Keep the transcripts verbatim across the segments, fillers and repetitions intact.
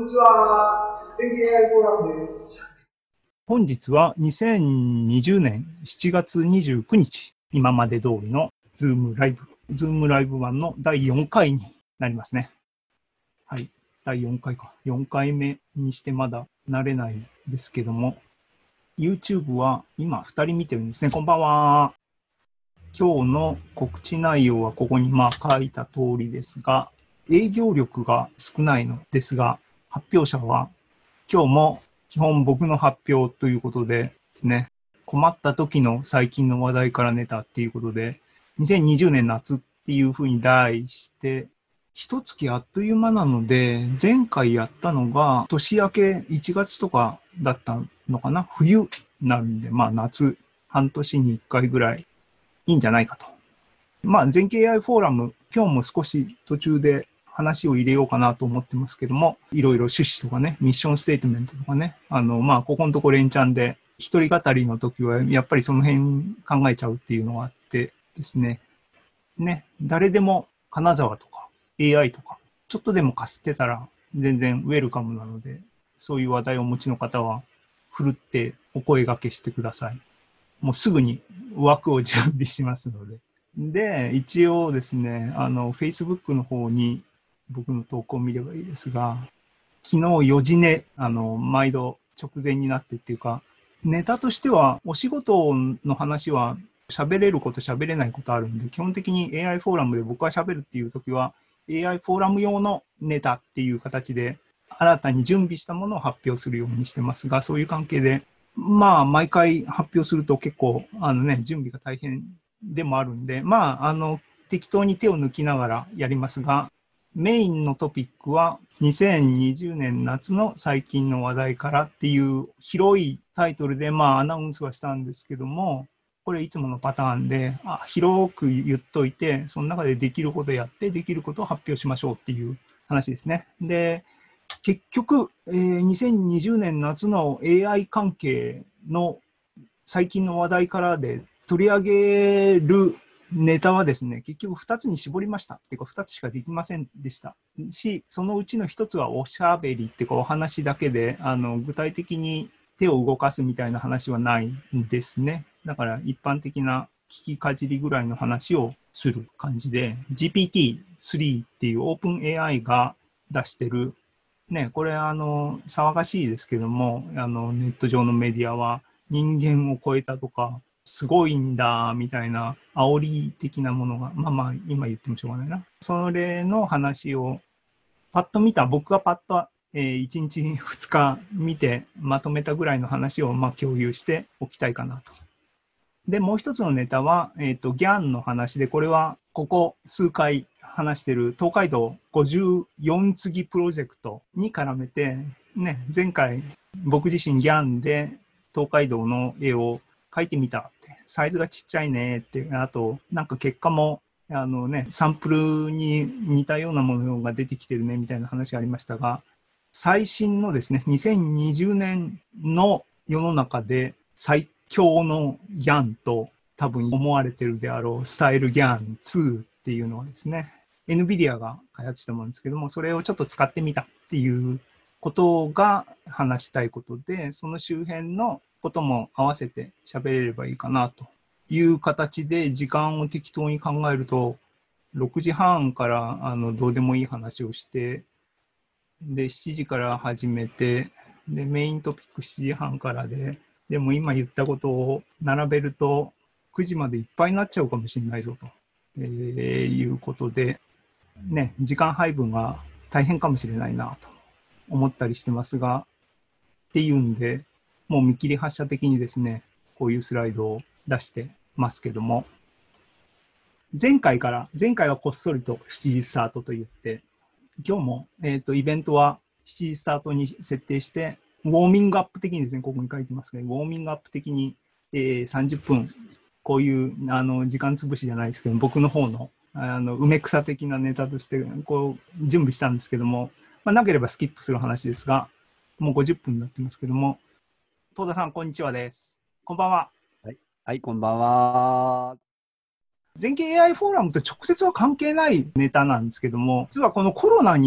にちは。全景 エーアイ フォーラムです。 本日はにせんにじゅうねんしちがつにじゅうくにち、今まで通りのズームライブ、ズームライブ版のだいよんかいになりますね。はい、だいよんかいか。よんかいめにしてまだ慣れないですけども、YouTube は今ふたり見てるんですね。こんばんは。今日の告知内容はここにまあ書いた通りですが、営業力が少ないのですが、発表者は今日も基本僕の発表ということでですね、困った時の最近の話題からネタっていうことで、にせんにじゅうねん夏っていうふうに題して、一月あっという間なので、前回やったのが年明けいちがつとかだったのかな、冬なんで、まあ夏、半年にいっかいぐらいいいんじゃないかと。まあ、全景 エーアイ フォーラム、今日も少し途中で話を入れようかなと思ってますけども、いろいろ趣旨とかね、ミッションステートメントとかね、あの、まあ、ここのとこ連チャンで、一人語りの時は、やっぱりその辺考えちゃうっていうのがあってですね、ね、誰でも金沢とか エーアイ とか、ちょっとでもかすってたら全然ウェルカムなので、そういう話題をお持ちの方は、ふるってお声掛けしてください。もうすぐに枠を準備しますので。で、一応ですね、あの、Facebook の方に僕の投稿を見ればいいですが、昨日よじ寝、あの、毎度直前になってっていうか、ネタとしては、お仕事の話は喋れること喋れないことあるんで、基本的に エーアイ フォーラムで僕が喋るっていう時は、エーアイ フォーラム用のネタっていう形で、新たに準備したものを発表するようにしてますが、そういう関係で、まあ、毎回発表すると結構、あのね、準備が大変でもあるんで、まあ、あの、適当に手を抜きながらやりますが、メインのトピックはにせんにじゅうねん夏の最近の話題からっていう広いタイトルで、まあ、アナウンスはしたんですけども、これいつものパターンで、あ、広く言っといて、その中でできることやって、できることを発表しましょうっていう話ですね。で、結局、えー、にせんにじゅうねん夏の エーアイ 関係の最近の話題からで取り上げるネタはですね、結局ふたつに絞りました。っていうかふたつしかできませんでしたし、そのうちのひとつはおしゃべりっていうかお話だけで、あの具体的に手を動かすみたいな話はないんですね。だから一般的な聞きかじりぐらいの話をする感じで、ジーピーティースリー っていうオープン エーアイ が出してるね、これあの騒がしいですけども、あのネット上のメディアは人間を超えたとか、すごいんだみたいな煽り的なものが、まあまあ今言ってもしょうがないな。それの話をパッと見た、僕がパッと、えー、いちにちふつか見てまとめたぐらいの話をまあ共有しておきたいかなと。で、もう一つのネタは、えっと、ギャンの話で、これはここ数回話してる東海道ごじゅうよん次プロジェクトに絡めて、ね、前回僕自身ギャンで東海道の絵を描いてみたって、サイズがちっちゃいねって、あとなんか結果もあのね、サンプルに似たようなものが出てきてるねみたいな話がありましたが、最新のですね、にせんにじゅうねんの世の中で最強のギャンと多分思われてるであろうスタイルギャンツーっていうのはですね、エヌビディア が開発したものですけども、それをちょっと使ってみたっていうことが話したいことで、その周辺のことも合わせて喋れればいいかなという形で、時間を適当に考えると、ろくじはんからあのどうでもいい話をして、で、しちじから始めて、で、メイントピックしちじはんからで、でも今言ったことを並べるとくじまでいっぱいになっちゃうかもしれないぞと、えー、いうことで、ね、時間配分が大変かもしれないなと思ったりしてますが、っていうんで、もう見切り発車的にですね、こういうスライドを出してますけども、前回から、前回はこっそりとしちじスタートと言って、今日も、えーと、イベントはしちじスタートに設定して、ウォーミングアップ的にですね、ここに書いてますけど、ウォーミングアップ的に、えー、さんじゅっぷん、こういうあの時間潰しじゃないですけど、僕の方のあの梅草的なネタとしてこう準備したんですけども、まあ、なければスキップする話ですが、もうごじゅっぷんになってますけども、東田さん、こんにちはです。こんばんは。 はい、はい、こんばんは。 全景 エーアイ フォーラムと直接は関係ないネタなんですけども、実はこのコロナになっ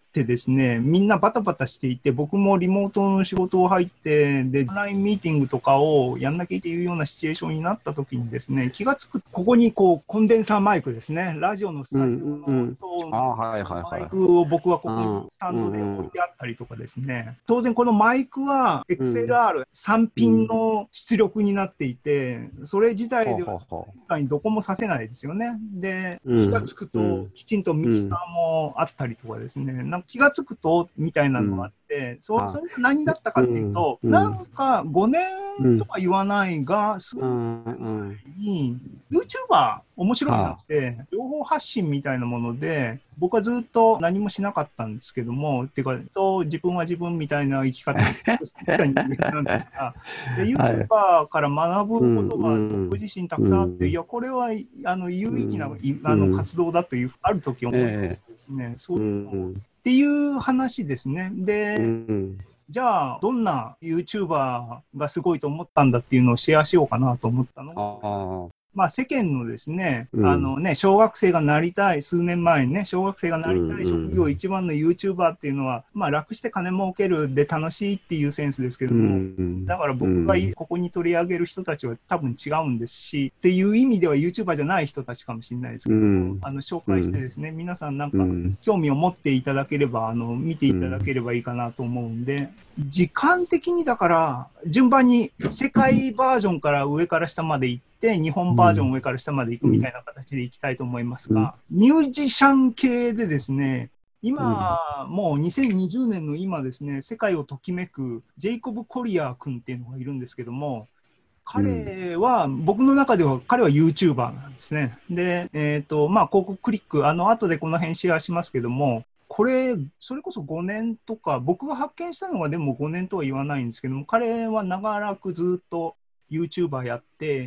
ってですね、みんなバタバタしていて、僕もリモートの仕事を入って、で、オンラインミーティングとかをやんなきゃいけないいうようなシチュエーションになった時にですね、気がつく、ここにこう、コンデンサーマイクですね、ラジオのスタジオの音のマイクを僕はここにスタンドで置いてあったりとかですね、当然このマイクは エックスエルアールさんピンの出力になっていて、それ自体ではどこもさせないですよね。で、気がつくときちんとミキサーもあったりとかですね、なんか気がつくとみたいなのがあって、それが何だったかっていうと、なんかごねんとは言わないが、数年前に YouTuber 面白いなって、情報発信みたいなもので、僕はずっと何もしなかったんですけども、っていうか、と自分は自分みたいな生き方をしてきた人間なんですが、で YouTuber から学ぶことが僕自身たくさんあって、いや、これはあの有意義なあの活動だという、ある時思いましてですね、そういうっていう話ですね。で、じゃあ、どんな YouTuber がすごいと思ったんだっていうのをシェアしようかなと思ったのが、まあ世間のですね、うん、あのね、小学生がなりたい、数年前にね、小学生がなりたい職業一番の YouTuber っていうのは、まあ楽して金儲けるで楽しいっていうセンスですけども、うん、だから僕がここに取り上げる人たちは多分違うんですし、っていう意味では YouTuber じゃない人たちかもしれないですけども、うん、あの紹介してですね、皆さんなんか興味を持っていただければ、あの見ていただければいいかなと思うんで、時間的にだから順番に世界バージョンから上から下まで行って、日本バージョン上から下まで行くみたいな形でいきたいと思いますが、うん、ミュージシャン系でですね、今、うん、もうにせんにじゅうねんの今ですね、世界をときめくジェイコブ・コリアー君っていうのがいるんですけども、彼は、うん、僕の中では彼は YouTuber なんですね。で、えっと、まあ、広告クリック、あの、後でこの辺シェアしますけども、これ、それこそごねんとか、僕が発見したのはでもごねんとは言わないんですけども、彼は長らくずっと YouTuber やって、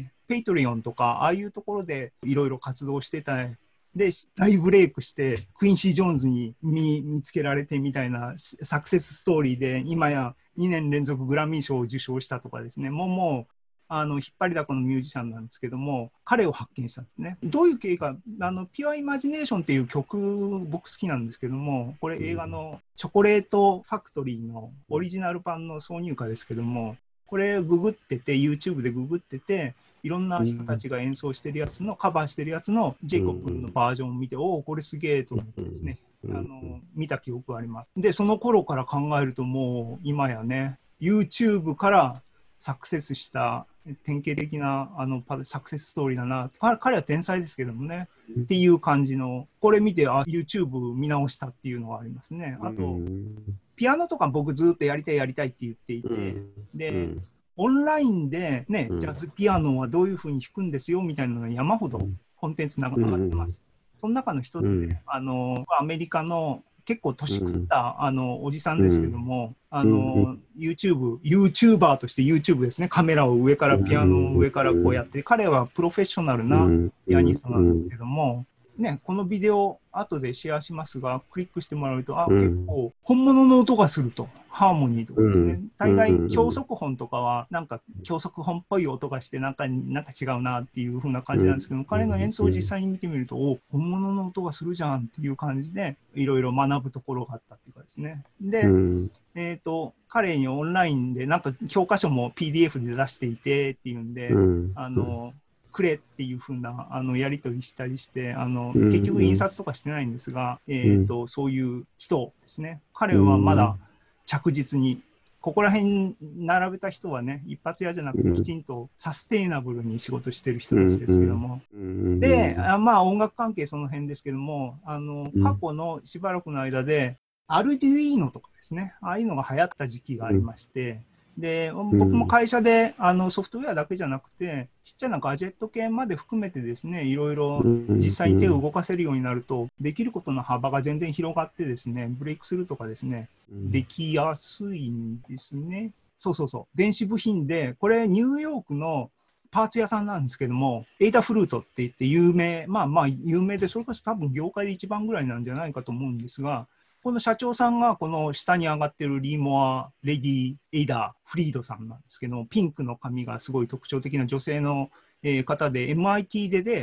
ペイトリオンとか、ああいうところでいろいろ活動してた。で、大ブレイクして、クインシー・ジョーンズに 見, 見つけられてみたいなサクセスストーリーで、今やにねん連続グラミー賞を受賞したとかですね、もうもう、あの引っ張りだこのミュージシャンなんですけども、彼を発見したんですね。どういう経緯か、あのピュアイマジネーションっていう曲、僕好きなんですけども、これ映画のチョコレートファクトリーのオリジナル版の挿入歌ですけども、これググってて、YouTube でググってて、いろんな人たちが演奏してるやつの、カバーしてるやつのジェイコブ君のバージョンを見て、おお、これすげえと思ってですね、あの見た記憶があります。で、その頃から考えると、もう今やね、YouTube からサクセスした典型的なあのサクセスストーリーだな。彼は天才ですけどもね、っていう感じの、これ見て、あ、YouTube 見直したっていうのがありますね。あと、ピアノとか僕ずっとやりたいやりたいって言っていて、で、オンラインでね、ジャズピアノはどういうふうに弾くんですよみたいなのが山ほどコンテンツが上がってます。その中の一つで、あの、アメリカの結構年食った、うん、あのおじさんですけども、うん、あの、うん、YouTube、YouTuber として YouTube ですね、カメラを上から、ピアノを上からこうやって、うん、彼はプロフェッショナルなピアニストなんですけども、ね、このビデオ、後でシェアしますが、クリックしてもらうと、あ、結構、本物の音がすると、ハーモニーとかですね、大概、教則本とかは、なんか、教則本っぽい音がして、なんか、なんか違うなっていう風な感じなんですけど、彼の演奏を実際に見てみると、お、本物の音がするじゃんっていう感じで、いろいろ学ぶところがあったっていうかですね。で、えっと、彼にオンラインで、なんか、教科書も ピーディーエフ で出していてっていうんで、あの、くれっていう風なあのやり取りしたりして、あの結局印刷とかしてないんですが、うん、えーと、そういう人ですね。彼はまだ着実に、ここら辺並べた人はね、一発屋じゃなくてきちんとサステイナブルに仕事してる人たちですけども。で、あまあ音楽関係その辺ですけども、あの過去のしばらくの間で、アルデュイーノとかですね、ああいうのが流行った時期がありまして、で僕も会社であのソフトウェアだけじゃなくてちっちゃなガジェット系まで含めてですね、いろいろ実際に手を動かせるようになるとできることの幅が全然広がってですね、ブレイクスルーとかですね、できやすいんですね。そうそうそう、電子部品で、これニューヨークのパーツ屋さんなんですけども、エイダフルートって言って有名、まあまあ有名で、それこそ多分業界で一番ぐらいなんじゃないかと思うんですが、この社長さんがこの下に上がってるリーモア・レディ・エイダー・フリードさんなんですけど、ピンクの髪がすごい特徴的な女性の方で エムアイティー でで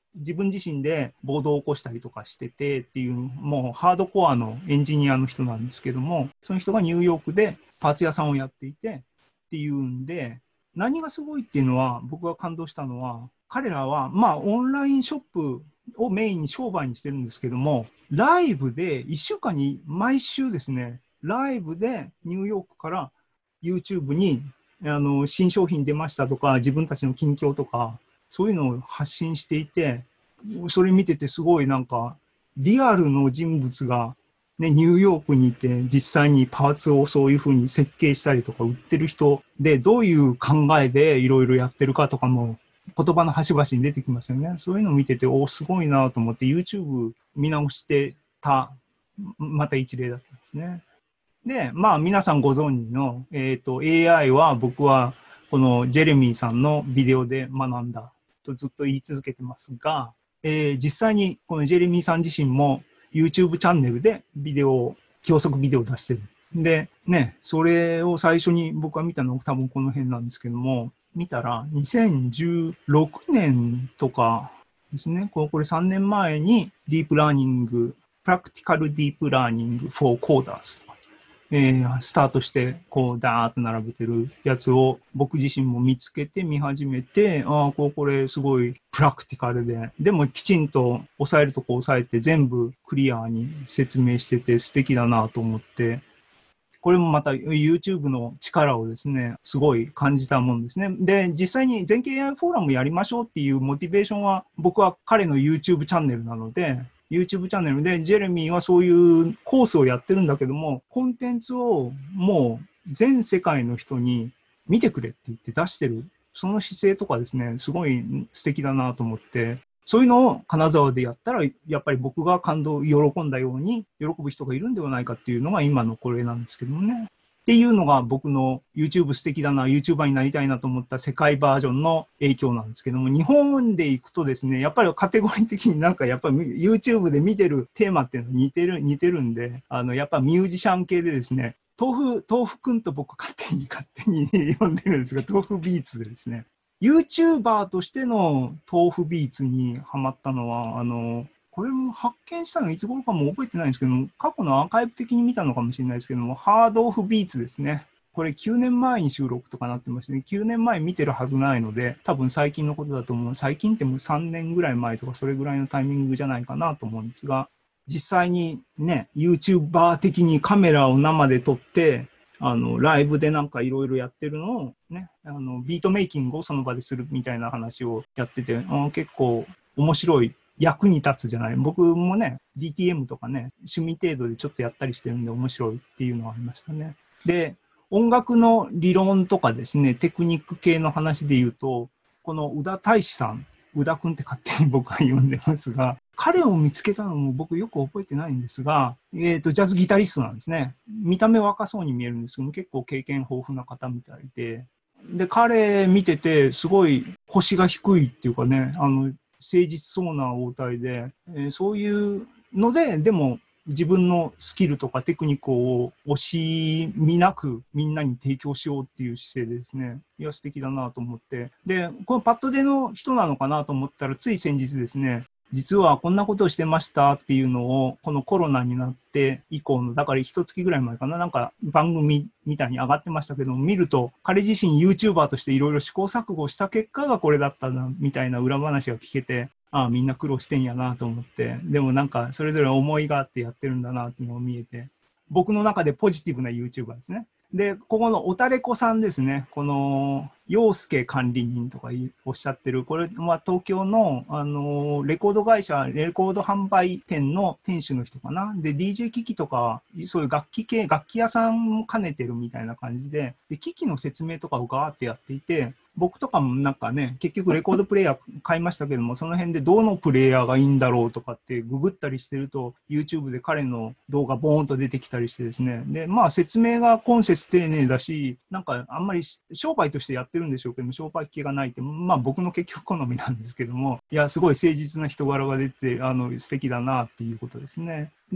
自分自身でボードを起こしたりとかしててっていう、もうハードコアのエンジニアの人なんですけども、その人がニューヨークでパーツ屋さんをやっていてっていうんで、何がすごいっていうのは、僕が感動したのは、彼らはまあオンラインショップをメインに商売にしてるんですけども、ライブでいっしゅうかんに毎週ですね、ライブでニューヨークから YouTube にあの新商品出ましたとか、自分たちの近況とか、そういうのを発信していて、それ見ててすごいなんかリアルの人物が、ね、ニューヨークにいて実際にパーツをそういうふうに設計したりとか売ってる人で、どういう考えでいろいろやってるかとかも言葉の端々に出てきますよね。そういうのを見てて、おすごいなと思って YouTube 見直してたまた一例だったんですね。で、まあ皆さんご存知の、えっと エーアイ は僕はこのジェレミーさんのビデオで学んだとずっと言い続けてますが、えー、実際にこのジェレミーさん自身も YouTube チャンネルでビデオ、教則ビデオを出してる。で、ね、それを最初に僕が見たのは多分この辺なんですけども、見たらにせんじゅうろくねんとかですね、これさんねんまえにディープラーニング、プラクティカルディープラーニング for Coders とか、えー、スタートしてこうダーッと並べてるやつを僕自身も見つけて見始めて、ああ、こうこれすごいプラクティカルで、でもきちんと押さえるとこ押さえて全部クリアに説明してて素敵だなと思って、これもまた YouTube の力をですね、すごい感じたもんですね。で、実際に全景 エーアイ フォーラムやりましょうっていうモチベーションは僕は彼の YouTube チャンネルなので、YouTube チャンネルでジェレミーはそういうコースをやってるんだけども、コンテンツをもう全世界の人に見てくれって言って出してる、その姿勢とかですね、すごい素敵だなと思って、そういうのを金沢でやったら、やっぱり僕が感動、喜んだように喜ぶ人がいるんではないかっていうのが今のこれなんですけどもね。っていうのが僕の YouTube 素敵だな、YouTuber になりたいなと思った世界バージョンの影響なんですけども、日本で行くとですね、やっぱりカテゴリー的になんかやっぱり YouTube で見てるテーマっていうの似てる、似てるんで、あの、やっぱミュージシャン系でですね、豆腐、豆腐くんと僕勝手に勝手に呼んでるんですが、豆腐ビーツでですね、YouTuber としての豆腐ビーツにハマったのは、あの、これも発見したのいつ頃かも覚えてないんですけども、過去のアーカイブ的に見たのかもしれないですけども、ハードオフビーツですね。これきゅうねんまえに収録とかなってましてね、きゅうねんまえ見てるはずないので、多分最近のことだと思う。最近ってもうさんねんぐらい前とかそれぐらいのタイミングじゃないかなと思うんですが、実際にね、YouTuber 的にカメラを生で撮って、あの、ライブでなんかいろいろやってるのをね、あの、ビートメイキングをその場でするみたいな話をやってて、あ結構面白い、役に立つじゃない。僕もね、ディーティーエム とかね、趣味程度でちょっとやったりしてるんで面白いっていうのがありましたね。で、音楽の理論とかですね、テクニック系の話で言うと、この宇田大志さん、宇田くんって勝手に僕は呼んでますが、彼を見つけたのも僕よく覚えてないんですが、えっと、ジャズギタリストなんですね。見た目若そうに見えるんですけども、結構経験豊富な方みたいで、で、彼見てて、すごい腰が低いっていうかね、あの、誠実そうな応対で、えー、そういうので、でも自分のスキルとかテクニックを惜しみなくみんなに提供しようっていう姿勢でですね、いや素敵だなと思って、で、このパッドでの人なのかなと思ったら、つい先日ですね、実はこんなことをしてましたっていうのを、このコロナになって以降の、だから一月ぐらい前かな、なんか番組みたいに上がってましたけども、見ると、彼自身 YouTuber としていろいろ試行錯誤した結果がこれだったな、みたいな裏話が聞けて、ああ、みんな苦労してんやなと思って、でもなんかそれぞれ思いがあってやってるんだなっていうのが見えて、僕の中でポジティブな YouTuber ですね。で、ここのおたれこさんですね。この、陽介管理人とかおっしゃってる、これは東京の、あの、レコード会社、レコード販売店の店主の人かな。で、ディージェー 機器とか、そういう楽器系、楽器屋さんも兼ねてるみたいな感じで、で、機器の説明とかをガーってやっていて、僕とかもなんかね、結局レコードプレイヤー買いましたけども、その辺でどのプレイヤーがいいんだろうとかってググったりしてると、YouTube で彼の動画ボーンと出てきたりしてですね。で、まあ説明が今節丁寧だし、なんかあんまり商売としてやってるんでしょうけども、商売系がないって、まあ僕の結局好みなんですけども、いや、すごい誠実な人柄が出て、あの、素敵だなっていうことですね。で、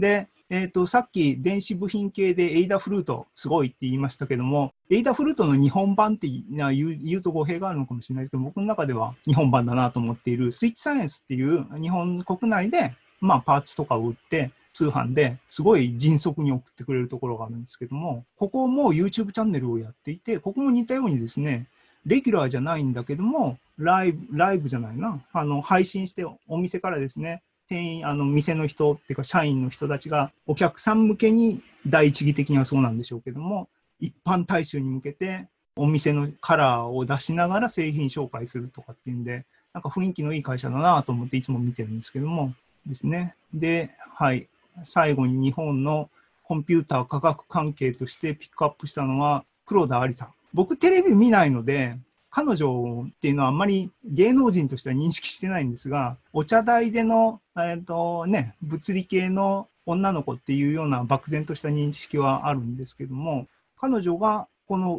えーと、さっき電子部品系でエイダフルートすごいって言いましたけども、エイダフルートの日本版って言う、言うと語弊があるのかもしれないですけど、僕の中では日本版だなと思っているスイッチサイエンスっていう日本国内で、まあ、パーツとかを売って通販ですごい迅速に送ってくれるところがあるんですけども、ここも YouTube チャンネルをやっていて、ここも似たようにですね、レギュラーじゃないんだけども、ライブ、ライブじゃないな、あの配信してお店からですね、店員、あの店の人っていうか社員の人たちがお客さん向けに、第一義的にはそうなんでしょうけども、一般大衆に向けてお店のカラーを出しながら製品紹介するとかっていうんで、なんか雰囲気のいい会社だなと思っていつも見てるんですけどもですね。で、はい、最後に日本のコンピューター科学関係としてピックアップしたのは黒田ありさん。僕テレビ見ないので、彼女っていうのはあんまり芸能人としては認識してないんですが、お茶台での、えーとね、物理系の女の子っていうような漠然とした認識はあるんですけども、彼女がこの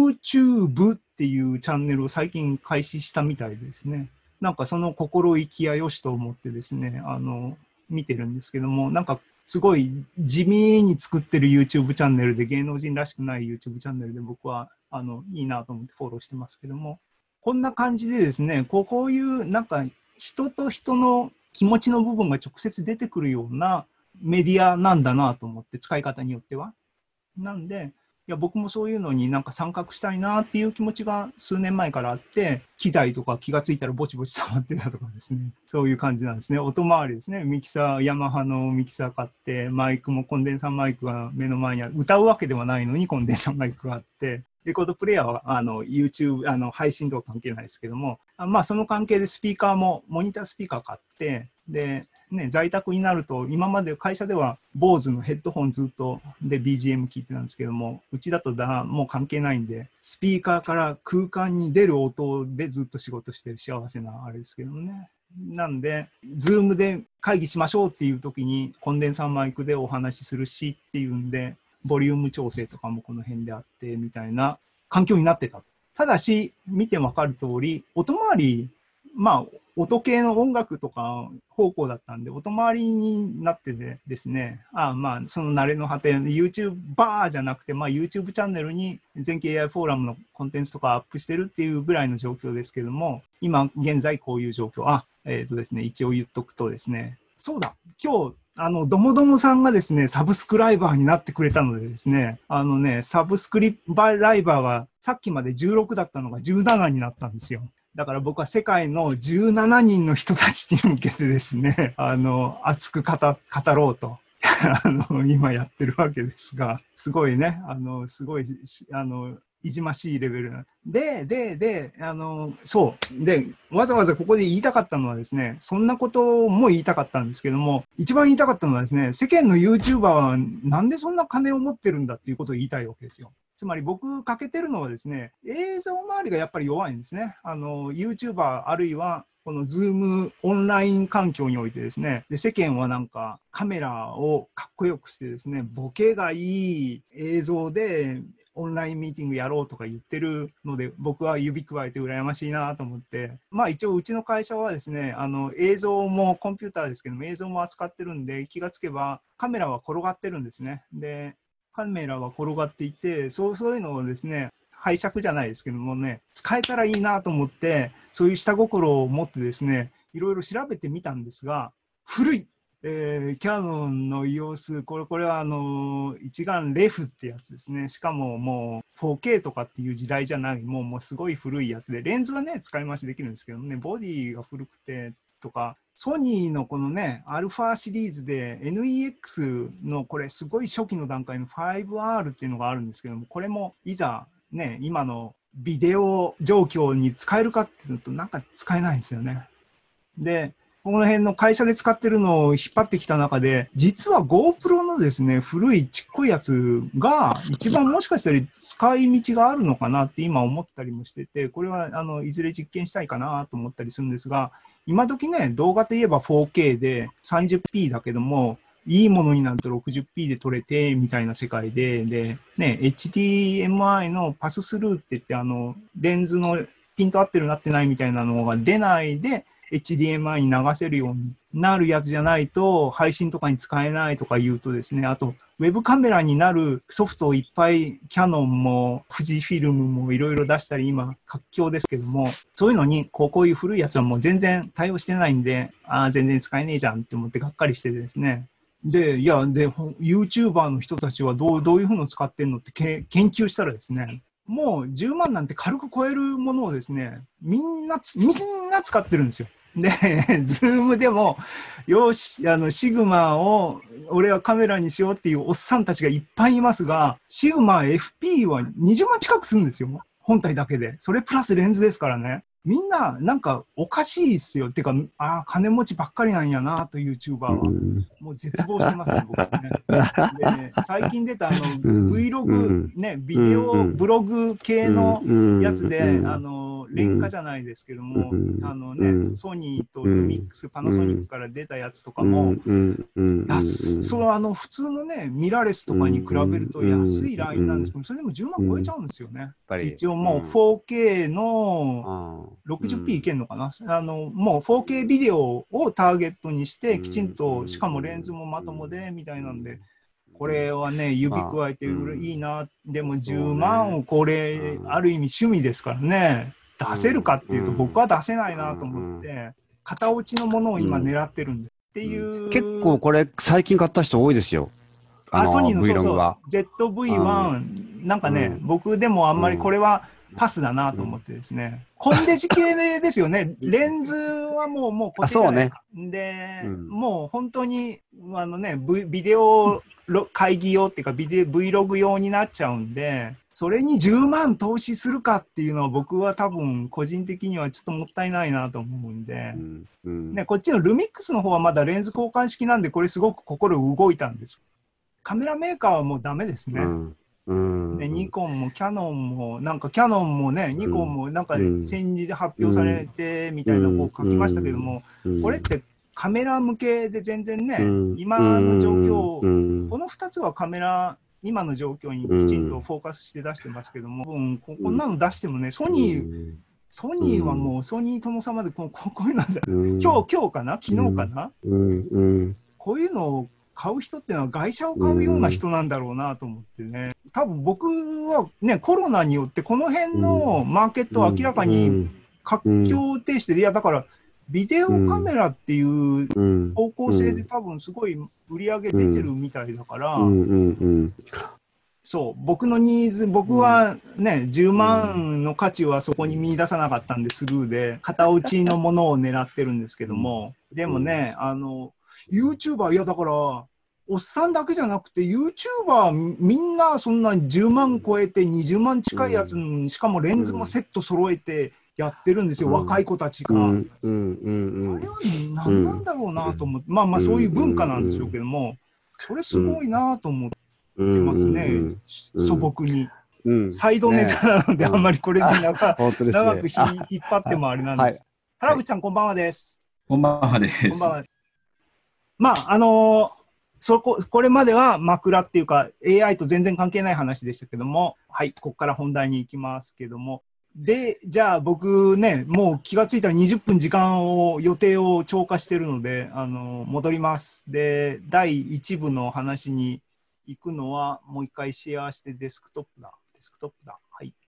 YouTube っていうチャンネルを最近開始したみたいですね。なんかその心意気やよしと思ってですね、あの、見てるんですけども、なんかすごい地味に作ってる YouTube チャンネルで、芸能人らしくない YouTube チャンネルで僕はあのいいなと思ってフォローしてますけども、こんな感じでですね、こう、こういうなんか人と人の気持ちの部分が直接出てくるようなメディアなんだなと思って、使い方によっては。なんで、いや僕もそういうのになんか参画したいなっていう気持ちが数年前からあって、機材とか気がついたらぼちぼち溜まってたとかですね、そういう感じなんですね。音回りですね、ミキサー、ヤマハのミキサー買って、マイクもコンデンサーマイクが目の前にある、歌うわけではないのにコンデンサーマイクがあって、レコードプレイヤーはあの YouTube、あの配信とか関係ないですけども、あまあその関係でスピーカーも、モニタースピーカー買って、で、ね、在宅になると、今まで会社では ボーズ のヘッドホンずっとで ビージーエム 聞いてたんですけども、うちだとだもう関係ないんで、スピーカーから空間に出る音でずっと仕事してる幸せなあれですけどもね。なんで、ズームで会議しましょうっていう時にコンデンサーマイクでお話しするしっていうんで、ボリューム調整とかもこの辺であってみたいな環境になってた。ただし、見てわかる通り、音回り、まあ、音系の音楽とか方向だったんで、音回りになっててですね、ああまあ、その慣れの果て、YouTuber じゃなくて、まあ、YouTube チャンネルに全景 エーアイ フォーラムのコンテンツとかアップしてるっていうぐらいの状況ですけども、今現在こういう状況、あ、えっとですね、一応言っとくとですね、そうだ、今日、あの、どもどもさんがですね、サブスクライバーになってくれたのでですね、あのね、サブスクリライバーがさっきまでじゅうろくだったのがじゅうななになったんですよ。だから僕は世界のじゅうななにんの人たちに向けてですね、あの、熱く語、語ろうと、あの、今やってるわけですが、すごいね、あの、すごい、あの、いじましいレベルな。で、で、で、あの、そう。で、わざわざここで言いたかったのはですね、そんなことも言いたかったんですけども、一番言いたかったのはですね、世間の YouTuber はなんでそんな金を持ってるんだっていうことを言いたいわけですよ。つまり僕欠けてるのはですね、映像周りがやっぱり弱いんですね。あの、YouTuber あるいはこの Zoom オンライン環境においてですね、で世間はなんかカメラをかっこよくしてですね、ボケがいい映像でオンラインミーティングやろうとか言ってるので、僕は指くわえて羨ましいなと思って、まあ一応うちの会社はですね、あの映像もコンピューターですけども映像も扱ってるんで、気がつけばカメラは転がってるんですね。で、カメラは転がっていて、そう、そういうのをですね、拝借じゃないですけどもね、使えたらいいなと思って、そういう下心を持ってですね、いろいろ調べてみたんですが、古い、えー、キャノンの イーオーエス、これ、これはあの一眼レフってやつですね。しかももう フォーケー とかっていう時代じゃない、もう、もうすごい古いやつで、レンズはね、使い回しできるんですけどね、ボディが古くてとか、ソニーのこのね、アルファシリーズで エヌイーエックス のこれすごい初期の段階の ファイブアール っていうのがあるんですけども、これもいざね、今のビデオ状況に使えるかっていうとなんか使えないんですよね。で、この辺の会社で使ってるのを引っ張ってきた中で、実は GoPro のですね、古いちっこいやつが一番もしかしたら使い道があるのかなって今思ったりもしてて、これはあのいずれ実験したいかなと思ったりするんですが、今時ね、動画といえば フォーケー で さんじゅっピー だけども、いいものになると ろくじゅっピー で撮れてみたいな世界で、で、ね、エイチディーエムアイ のパススルーって言って、あの、レンズのピント合ってるなってないみたいなのが出ないで、 エイチディーエムアイ に流せるようになるやつじゃないと配信とかに使えないとか言うとですね、あとウェブカメラになるソフトをいっぱいキャノンも富士フィルムもいろいろ出したり今活況ですけども、そういうのにこうこういう古いやつはもう全然対応してないんで、ああ全然使えねえじゃんって思ってがっかりしてですね。で、いや、で、YouTuber の人たちはどう、どういうふうの使ってんのってけ研究したらですね、もうじゅうまんなんて軽く超えるものをですね、みんなつ、みんな使ってるんですよ。で、ズームでも、よし、あの、シグマを俺はカメラにしようっていうおっさんたちがいっぱいいますが、シグマ エフピー はにじゅうまん近くするんですよ。本体だけで。それプラスレンズですからね。みんな、なんかおかしいっすよ。てか、ああ、金持ちばっかりなんやなと、YouTuber は。もう絶望してますね、僕ね。で、最近出たあの、Vlog、ね、ビデオ、ブログ系のやつで、あの、廉価じゃないですけども、あのね、ソニーとルミックス、パナソニックから出たやつとかも、安そのあの、普通のね、ミラーレスとかに比べると安いラインなんですけど、それでもじゅうまん超えちゃうんですよね。一応もう フォーケー の ろくじゅうピー いけんのかな、あの、もう フォーケー ビデオをターゲットにして、きちんと、しかもレンズもまともで、みたいなんで、これはね、指加えていいな、でもじゅうまんをこれ、ある意味趣味ですからね、出せるかっていうと僕は出せないなと思って、型落ちのものを今狙ってるんです。っていう。 結構これ最近買った人多いですよ。 あの、ソニーのそうそう、ジェットブイワン、なんかね、僕でもあんまりこれはパスだなと思ってですね、コンデジ系ですよね、レンズはもう、もう固定じゃないですか。で、もう本当に、あのね、ビデオ会議用っていうか、ビデオ Vlog 用になっちゃうんで、それにじゅうまん投資するかっていうのは僕は多分個人的にはちょっともったいないなと思うんで、うんうん、ね、こっちのルミックスの方はまだレンズ交換式なんでこれすごく心動いたんです。カメラメーカーはもうダメですね。うんうん、ね、ニコンもキャノンもなんかキャノンもね、ニコンもなんか戦時で発表されてみたいなこう書きましたけども、これってカメラ向けで全然ね、今の状況、このふたつはカメラ今の状況にきちんとフォーカスして出してますけども、うん、こんなの出してもね、ソニー、ソニーはもうソニー殿様でこうこういうのだ、今日、今日かな昨日かな、こういうのを買う人っていうのは外車を買うような人なんだろうなと思ってね。多分僕はね、コロナによってこの辺のマーケットは明らかに活況停止で、いやだからビデオカメラっていう方向性で多分すごい売り上げ出てるみたいだから、そう、僕のニーズ、僕はね、じゅうまんの価値はそこに見出さなかったんでスルーで、型落ちのものを狙ってるんですけども、でもね、あの、YouTuber、いやだから、おっさんだけじゃなくて、YouTuber みんなそんなじゅうまん超えてにじゅうまん近いやつ、しかもレンズもセット揃えてやってるんですよ、若い子たちが。あれは何なんだろうなと思って、まあまあそういう文化なんでしょうけども、それすごいなと思って。ますね、素朴に、うん、サイドネタなので、ね、あんまりこれで長く、ね、長くひ引っ張ってもあれなんです。はい、原口さん、こんばんはです。 こんばんはです。 こんばんは。まあ、あのー、そこ、これまでは枕っていうか、エーアイ と全然関係ない話でしたけども、はい、ここから本題に行きますけども、で、じゃあ僕ね、もう気がついたらにじゅっぷん時間を、予定を超過してるので、あのー、戻ります。で、だいいち部の話に行くのは、もう一回シェアしてデスクトップだ。デスクトップだ。はい。